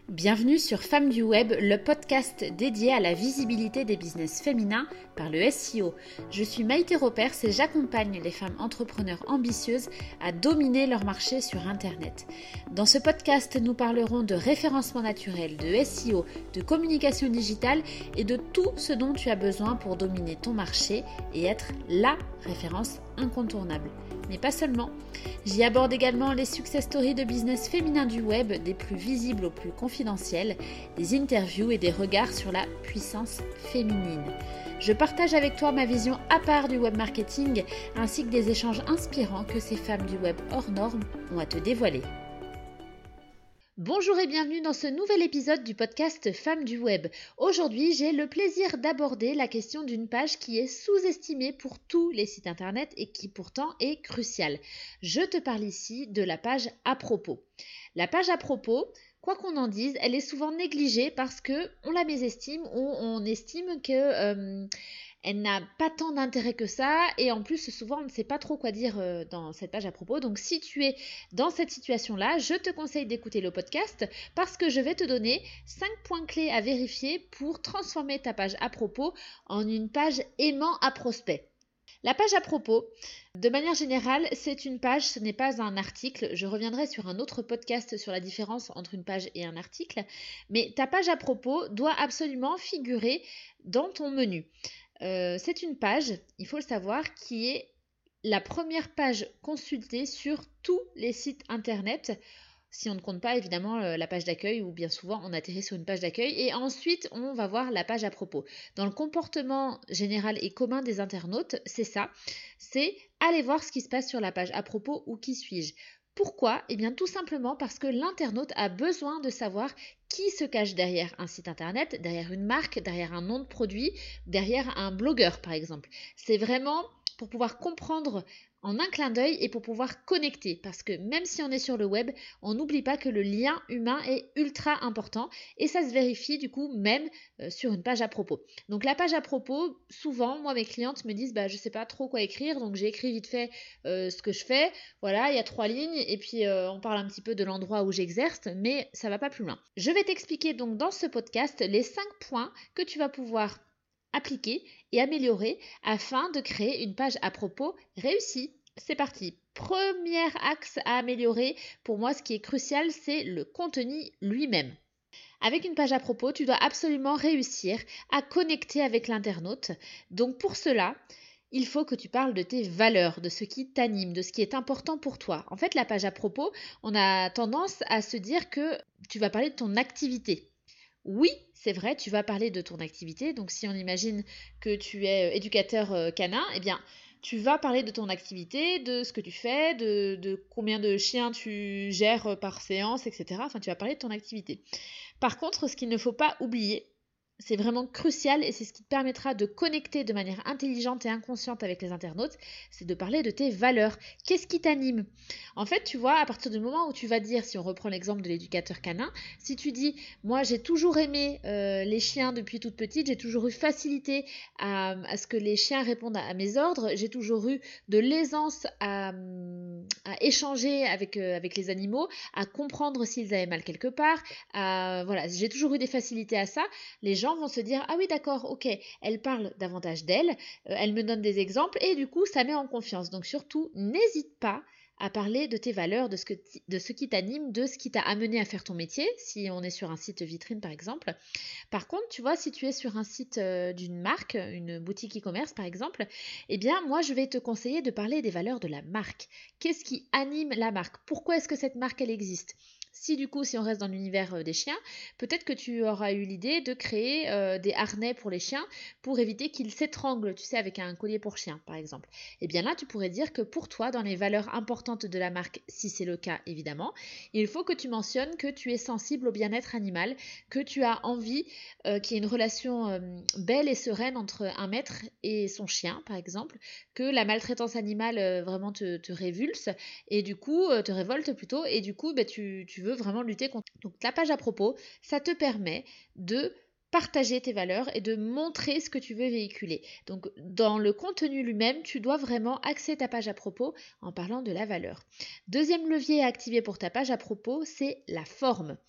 Bienvenue sur Femmes du Web, le podcast dédié à la visibilité des business féminins par le SEO. Je suis Maïté Ropers et j'accompagne les femmes entrepreneurs ambitieuses à dominer leur marché sur Internet. Dans ce podcast, nous parlerons de référencement naturel, de SEO, de communication digitale et de tout ce dont tu as besoin pour dominer ton marché et être la référence incontournable. Mais pas seulement. J'y aborde également les success stories de business féminin du web, des plus visibles aux plus confidentiels, des interviews et des regards sur la puissance féminine. Je partage avec toi ma vision à part du web marketing, ainsi que des échanges inspirants que ces femmes du web hors normes ont à te dévoiler. Bonjour et bienvenue dans ce nouvel épisode du podcast Femmes du Web. Aujourd'hui, j'ai le plaisir d'aborder la question d'une page qui est sous-estimée pour tous les sites internet et qui pourtant est cruciale. Je te parle ici de la page à propos. La page à propos, quoi qu'on en dise, elle est souvent négligée parce qu'on la mésestime ou on estime que elle n'a pas tant d'intérêt que ça et en plus souvent on ne sait pas trop quoi dire dans cette page à propos. Donc si tu es dans cette situation-là, je te conseille d'écouter le podcast parce que je vais te donner 5 points clés à vérifier pour transformer ta page à propos en une page aimant à prospect. La page à propos, de manière générale, c'est une page, ce n'est pas un article. Je reviendrai sur un autre podcast sur la différence entre une page et un article. Mais ta page à propos doit absolument figurer dans ton menu. C'est une page, il faut le savoir, qui est la première page consultée sur tous les sites internet, si on ne compte pas évidemment la page d'accueil où bien souvent on atterrit sur une page d'accueil et ensuite on va voir la page à propos. Dans le comportement général et commun des internautes, c'est ça, c'est aller voir ce qui se passe sur la page à propos ou qui suis-je. Pourquoi ? Eh bien tout simplement parce que l'internaute a besoin de savoir qui se cache derrière un site internet, derrière une marque, derrière un nom de produit, derrière un blogueur par exemple. C'est vraiment pour pouvoir comprendre en un clin d'œil et pour pouvoir connecter. Parce que même si on est sur le web, on n'oublie pas que le lien humain est ultra important et ça se vérifie du coup même sur une page à propos. Donc la page à propos, souvent, moi mes clientes me disent je sais pas trop quoi écrire, donc j'ai écrit vite fait ce que je fais. Voilà, il y a 3 lignes et puis on parle un petit peu de l'endroit où j'exerce, mais ça va pas plus loin. Je vais t'expliquer donc dans ce podcast les 5 points que tu vas pouvoir appliquer et améliorer afin de créer une page à propos réussie. C'est parti. Premier axe à améliorer, pour moi ce qui est crucial, c'est le contenu lui-même. Avec une page à propos, tu dois absolument réussir à connecter avec l'internaute. Donc pour cela, il faut que tu parles de tes valeurs, de ce qui t'anime, de ce qui est important pour toi. En fait, la page à propos, on a tendance à se dire que tu vas parler de ton activité. Oui, c'est vrai, tu vas parler de ton activité. Donc, si on imagine que tu es éducateur canin, eh bien, tu vas parler de ton activité, de ce que tu fais, de combien de chiens tu gères par séance, etc. Enfin, tu vas parler de ton activité. Par contre, ce qu'il ne faut pas oublier, c'est vraiment crucial et c'est ce qui te permettra de connecter de manière intelligente et inconsciente avec les internautes, c'est de parler de tes valeurs. Qu'est-ce qui t'anime ? En fait, tu vois, à partir du moment où tu vas dire, si on reprend l'exemple de l'éducateur canin, si tu dis, moi j'ai toujours aimé les chiens depuis toute petite, j'ai toujours eu facilité à ce que les chiens répondent à mes ordres, j'ai toujours eu de l'aisance à échanger avec les animaux, à comprendre s'ils avaient mal quelque part, voilà, j'ai toujours eu des facilités à ça, les gens vont se dire, ah oui d'accord, ok, elle parle davantage d'elle, elle me donne des exemples et du coup ça met en confiance. Donc surtout, n'hésite pas à parler de tes valeurs, de ce qui t'anime, de ce qui t'a amené à faire ton métier, si on est sur un site vitrine par exemple. Par contre, tu vois, si tu es sur un site d'une marque, une boutique e-commerce par exemple, eh bien moi je vais te conseiller de parler des valeurs de la marque. Qu'est-ce qui anime la marque ? Pourquoi est-ce que cette marque elle existe ? Si on reste dans l'univers des chiens, peut-être que tu auras eu l'idée de créer des harnais pour les chiens pour éviter qu'ils s'étranglent, tu sais, avec un collier pour chien, par exemple. Et bien là, tu pourrais dire que pour toi, dans les valeurs importantes de la marque, si c'est le cas, évidemment, il faut que tu mentionnes que tu es sensible au bien-être animal, que tu as envie qu'il y ait une relation belle et sereine entre un maître et son chien, par exemple, que la maltraitance animale vraiment te révulse et du coup, te révolte plutôt, et du coup, tu veux vraiment lutter contre. Donc la page à propos, ça te permet de partager tes valeurs et de montrer ce que tu veux véhiculer. Donc dans le contenu lui-même, tu dois vraiment axer ta page à propos en parlant de la valeur. Deuxième levier à activer pour ta page à propos, c'est la forme.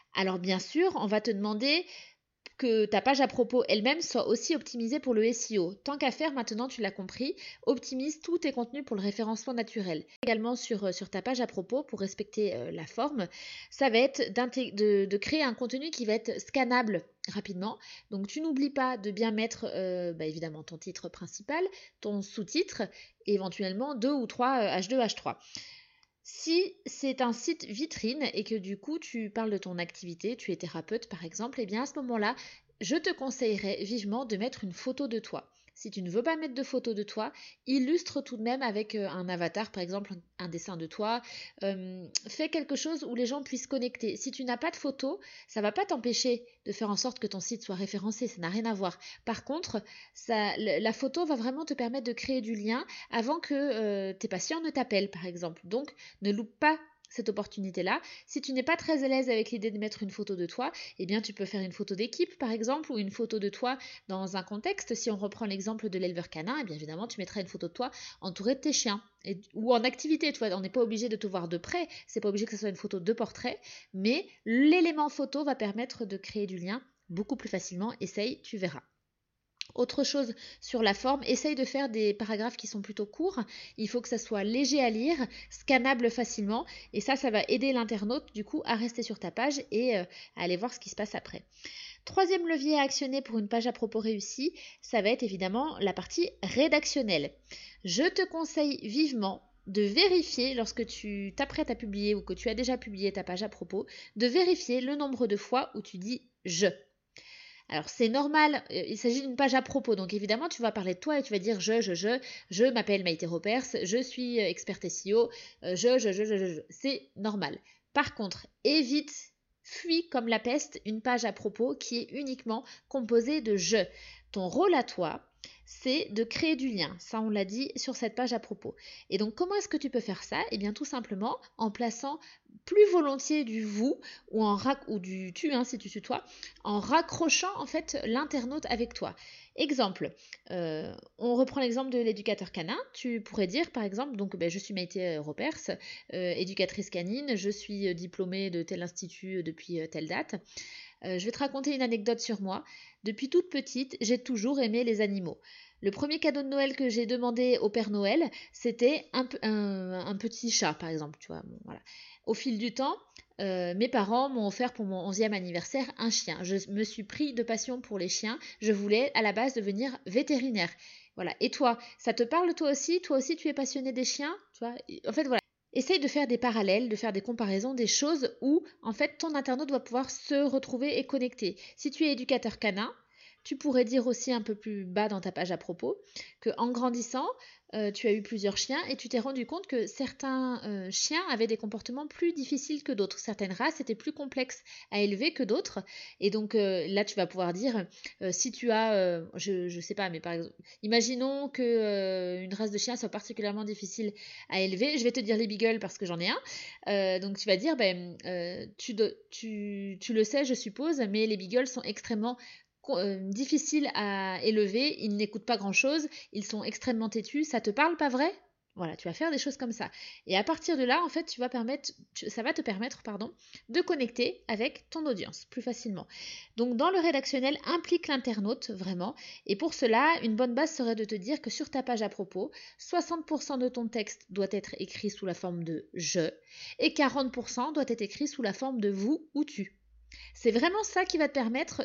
Alors bien sûr, on va te demander que ta page à propos elle-même soit aussi optimisée pour le SEO. Tant qu'à faire, maintenant tu l'as compris, optimise tous tes contenus pour le référencement naturel. Également sur ta page à propos, pour respecter la forme, ça va être de créer un contenu qui va être scannable rapidement. Donc tu n'oublies pas de bien mettre évidemment ton titre principal, ton sous-titre, et éventuellement 2 ou 3 H2, H3. Si c'est un site vitrine et que du coup tu parles de ton activité, tu es thérapeute par exemple, et bien à ce moment-là, je te conseillerais vivement de mettre une photo de toi. Si tu ne veux pas mettre de photo de toi, illustre tout de même avec un avatar, par exemple un dessin de toi. Fais quelque chose où les gens puissent connecter. Si tu n'as pas de photo, ça ne va pas t'empêcher de faire en sorte que ton site soit référencé, ça n'a rien à voir. Par contre, la photo va vraiment te permettre de créer du lien avant que tes patients ne t'appellent, par exemple. Donc, ne loupe pas cette opportunité-là. Si tu n'es pas très à l'aise avec l'idée de mettre une photo de toi, eh bien tu peux faire une photo d'équipe par exemple ou une photo de toi dans un contexte. Si on reprend l'exemple de l'éleveur canin, eh bien évidemment tu mettras une photo de toi entourée de tes chiens ou en activité. Tu vois, on n'est pas obligé de te voir de près, c'est pas obligé que ce soit une photo de portrait, mais l'élément photo va permettre de créer du lien beaucoup plus facilement. Essaye, tu verras. Autre chose sur la forme, essaye de faire des paragraphes qui sont plutôt courts. Il faut que ça soit léger à lire, scannable facilement. Et ça va aider l'internaute du coup à rester sur ta page et à aller voir ce qui se passe après. Troisième levier à actionner pour une page à propos réussie, ça va être évidemment la partie rédactionnelle. Je te conseille vivement de vérifier lorsque tu t'apprêtes à publier ou que tu as déjà publié ta page à propos, de vérifier le nombre de fois où tu dis « je ». Alors c'est normal, il s'agit d'une page à propos, donc évidemment tu vas parler de toi et tu vas dire je m'appelle Maïté Ropers, je suis experte SEO, c'est normal. Par contre, évite, fuis comme la peste une page à propos qui est uniquement composée de je. Ton rôle à toi, c'est de créer du lien. Ça, on l'a dit sur cette page à propos. Et donc, comment est-ce que tu peux faire ça? Eh bien, tout simplement en plaçant plus volontiers du vous ou du tu, si tu tutoies, en raccrochant en fait l'internaute avec toi. Exemple, on reprend l'exemple de l'éducateur canin. Tu pourrais dire par exemple, donc je suis Maïté Ropers, éducatrice canine, je suis diplômée de tel institut depuis telle date. Je vais te raconter une anecdote sur moi. Depuis toute petite, j'ai toujours aimé les animaux. Le premier cadeau de Noël que j'ai demandé au Père Noël, c'était un petit chat, par exemple. Tu vois, bon, voilà. Au fil du temps, mes parents m'ont offert pour mon 11e anniversaire un chien. Je me suis pris de passion pour les chiens. Je voulais à la base devenir vétérinaire. Voilà. Et toi, ça te parle toi aussi? Toi aussi, tu es passionné des chiens? Tu vois, en fait, voilà. Essaye de faire des parallèles, de faire des comparaisons, des choses où, en fait, ton internaute va pouvoir se retrouver et connecter. Si tu es éducateur canin, tu pourrais dire aussi un peu plus bas dans ta page à propos qu'en grandissant, tu as eu plusieurs chiens et tu t'es rendu compte que certains chiens avaient des comportements plus difficiles que d'autres. Certaines races étaient plus complexes à élever que d'autres. Et donc là, tu vas pouvoir dire, si tu as, je ne sais pas, mais par exemple, imaginons que une race de chien soit particulièrement difficile à élever. Je vais te dire les beagles parce que j'en ai un. Donc tu vas dire, tu le sais, je suppose, mais les beagles sont extrêmement difficiles à élever, ils n'écoutent pas grand-chose, ils sont extrêmement têtus, ça te parle pas vrai? Voilà, tu vas faire des choses comme ça. Et à partir de là, en fait, ça va te permettre de connecter avec ton audience plus facilement. Donc, dans le rédactionnel, implique l'internaute vraiment. Et pour cela, une bonne base serait de te dire que sur ta page à propos, 60% de ton texte doit être écrit sous la forme de je et 40% doit être écrit sous la forme de vous ou tu. C'est vraiment ça qui va te permettre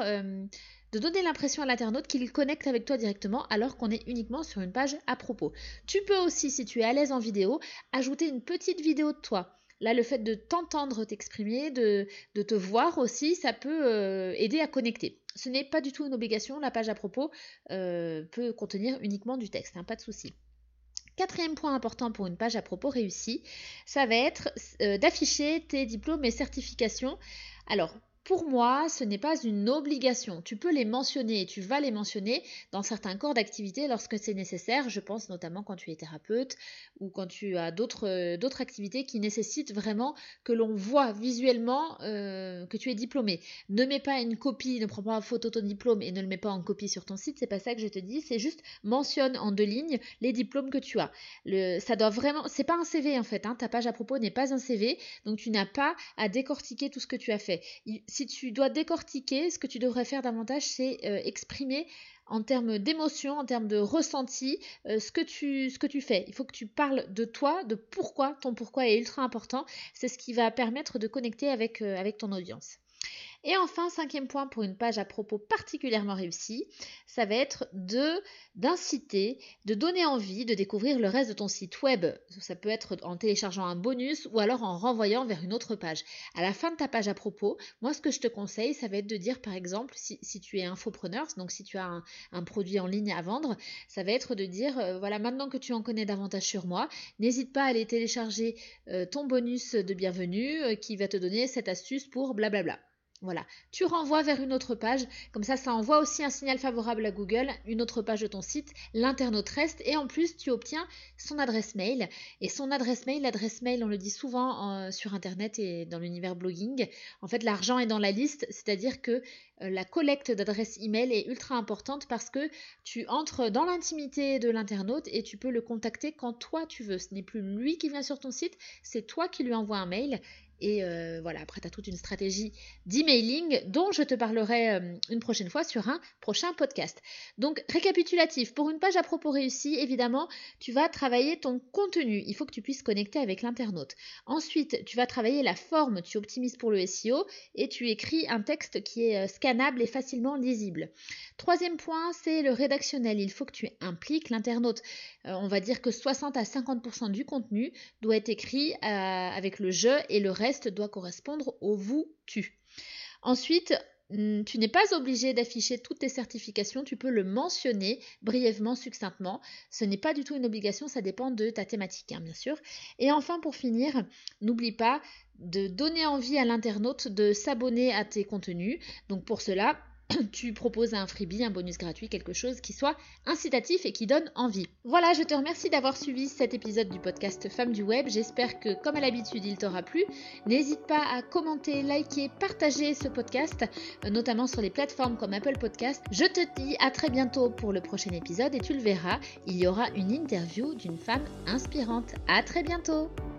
de donner l'impression à l'internaute qu'il connecte avec toi directement alors qu'on est uniquement sur une page à propos. Tu peux aussi, si tu es à l'aise en vidéo, ajouter une petite vidéo de toi. Là, le fait de t'entendre t'exprimer, de te voir aussi, ça peut aider à connecter. Ce n'est pas du tout une obligation, la page à propos peut contenir uniquement du texte, pas de souci. Quatrième point important pour une page à propos réussie, ça va être d'afficher tes diplômes et certifications. Alors, Pour moi, ce n'est pas une obligation. Tu peux les mentionner et tu vas les mentionner dans certains corps d'activité lorsque c'est nécessaire. Je pense notamment quand tu es thérapeute ou quand tu as d'autres activités qui nécessitent vraiment que l'on voit visuellement que tu es diplômé. Ne mets pas une copie, ne prends pas en photo ton diplôme et ne le mets pas en copie sur ton site. C'est pas ça que je te dis. C'est juste mentionne en 2 lignes les diplômes que tu as. Ça doit vraiment, c'est pas un CV en fait. Ta page à propos n'est pas un CV, donc tu n'as pas à décortiquer tout ce que tu as fait. Si tu dois décortiquer, ce que tu devrais faire davantage, c'est exprimer en termes d'émotion, en termes de ressenti, ce que tu fais. Il faut que tu parles de toi, de pourquoi. Ton pourquoi est ultra important. C'est ce qui va permettre de connecter avec ton audience. Et enfin, 5e point pour une page à propos particulièrement réussie, ça va être d'inciter, de donner envie de découvrir le reste de ton site web. Ça peut être en téléchargeant un bonus ou alors en renvoyant vers une autre page. À la fin de ta page à propos, moi ce que je te conseille, ça va être de dire par exemple, si tu es infopreneur, donc si tu as un produit en ligne à vendre, ça va être de dire, voilà, maintenant que tu en connais davantage sur moi, n'hésite pas à aller télécharger ton bonus de bienvenue qui va te donner cette astuce pour blablabla. Voilà, tu renvoies vers une autre page, comme ça envoie aussi un signal favorable à Google, une autre page de ton site, l'internaute reste et en plus tu obtiens son adresse mail. Et son adresse mail, on le dit souvent sur internet et dans l'univers blogging, en fait l'argent est dans la liste, c'est-à-dire que la collecte d'adresse email est ultra importante parce que tu entres dans l'intimité de l'internaute et tu peux le contacter quand toi tu veux. Ce n'est plus lui qui vient sur ton site, c'est toi qui lui envoies un mail. Et voilà, après, tu as toute une stratégie d'emailing dont je te parlerai une prochaine fois sur un prochain podcast. Donc, récapitulatif, pour une page à propos réussie, évidemment, tu vas travailler ton contenu. Il faut que tu puisses connecter avec l'internaute. Ensuite, tu vas travailler la forme. Tu optimises pour le SEO et tu écris un texte qui est scannable et facilement lisible. 3e point, c'est le rédactionnel. Il faut que tu impliques l'internaute. On va dire que 60 à 50% du contenu doit être écrit avec le je et le reste doit correspondre au vous, tu. Ensuite, tu n'es pas obligé d'afficher toutes tes certifications, tu peux le mentionner brièvement, succinctement. Ce n'est pas du tout une obligation, ça dépend de ta thématique, bien sûr. Et enfin, pour finir, n'oublie pas de donner envie à l'internaute de s'abonner à tes contenus. Donc pour cela, tu proposes un freebie, un bonus gratuit, quelque chose qui soit incitatif et qui donne envie. Voilà, je te remercie d'avoir suivi cet épisode du podcast Femmes du Web. J'espère que, comme à l'habitude, il t'aura plu. N'hésite pas à commenter, liker, partager ce podcast, notamment sur les plateformes comme Apple Podcast. Je te dis à très bientôt pour le prochain épisode et tu le verras, il y aura une interview d'une femme inspirante. À très bientôt!